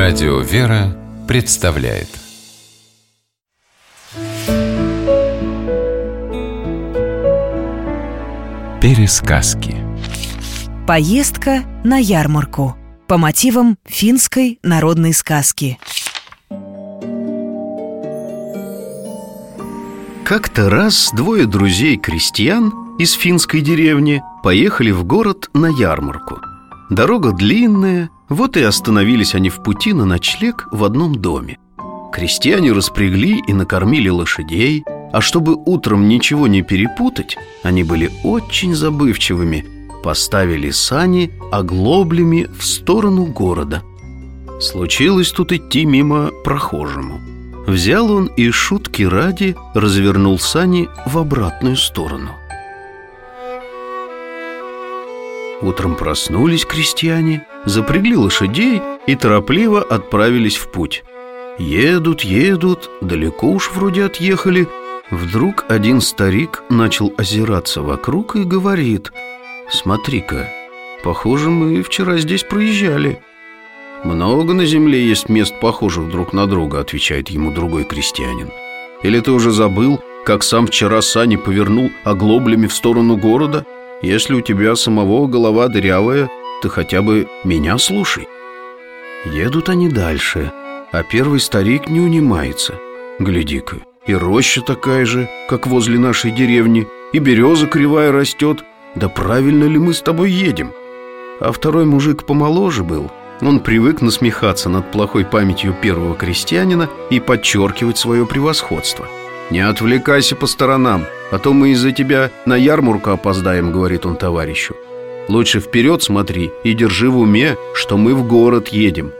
Радио «Вера» представляет Пересказки. Поездка на ярмарку по мотивам финской народной сказки. Как-то раз двое друзей-крестьян из финской деревни поехали в город на ярмарку. Дорога длинная, вот и остановились они в пути на ночлег в одном доме. Крестьяне распрягли и накормили лошадей, а чтобы утром ничего не перепутать, они были очень забывчивыми, поставили сани оглоблями в сторону города. Случилось тут идти мимо прохожему. Взял он и шутки ради развернул сани в обратную сторону. Утром проснулись крестьяне, запрягли лошадей и торопливо отправились в путь. Едут, далеко уж вроде отъехали. Вдруг один старик начал озираться вокруг и говорит: «Смотри-ка, похоже, мы вчера здесь проезжали». «Много на земле есть мест, похожих друг на друга», — отвечает ему другой крестьянин. «Или ты уже забыл, как сам вчера сани повернул оглоблями в сторону города? Если у тебя самого голова дырявая, ты хотя бы меня слушай». Едут они дальше, а первый старик не унимается. «Гляди-ка, и роща такая же, как возле нашей деревни, и береза кривая растет. Да правильно ли мы с тобой едем?» А второй мужик помоложе был. Он привык насмехаться над плохой памятью первого крестьянина и подчеркивать свое превосходство. «Не отвлекайся по сторонам, а то мы из-за тебя на ярмарку опоздаем», — говорит он товарищу. «Лучше вперед смотри и держи в уме, что мы в город едем».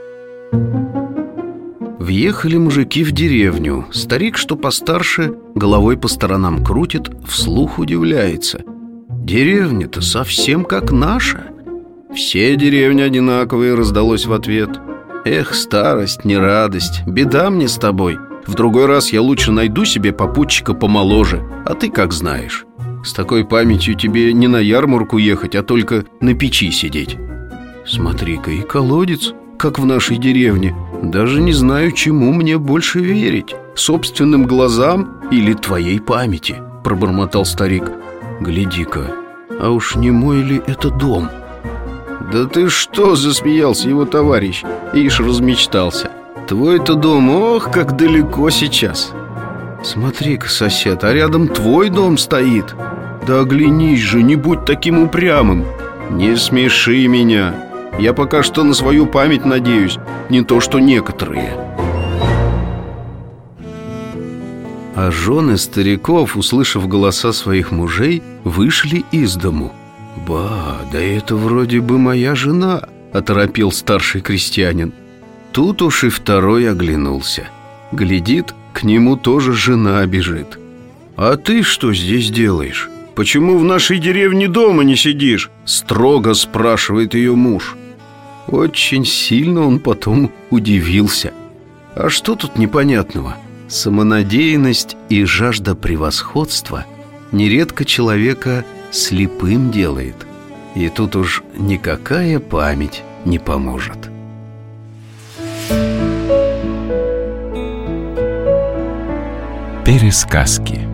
Въехали мужики в деревню. Старик, что постарше, головой по сторонам крутит, вслух удивляется. «Деревня-то совсем как наша». «Все деревни одинаковые», — раздалось в ответ. «Эх, старость, не радость, беда мне с тобой. В другой раз я лучше найду себе попутчика помоложе, а ты как знаешь. С такой памятью тебе не на ярмарку ехать, а только на печи сидеть». «Смотри-ка, и колодец, как в нашей деревне. Даже не знаю, чему мне больше верить, собственным глазам или твоей памяти», — пробормотал старик. «Гляди-ка, а уж не мой ли это дом?» «Да ты что?» — засмеялся его товарищ. Ишь, размечтался. «Твой-то дом, ох, как далеко сейчас!» «Смотри-ка, сосед, а рядом твой дом стоит!» «Да оглянись же, не будь таким упрямым!» «Не смеши меня! Я пока что на свою память надеюсь, не то что некоторые!» А жены стариков, услышав голоса своих мужей, вышли из дому. «Ба, да это вроде бы моя жена», — оторопел старший крестьянин. Тут уж и второй оглянулся. Глядит, к нему тоже жена бежит. «А ты что здесь делаешь? Почему в нашей деревне дома не сидишь?» — строго спрашивает ее муж. Очень сильно он потом удивился. А что тут непонятного? Самонадеянность и жажда превосходства нередко человека слепым делает. И тут уж никакая память не поможет. Пересказки.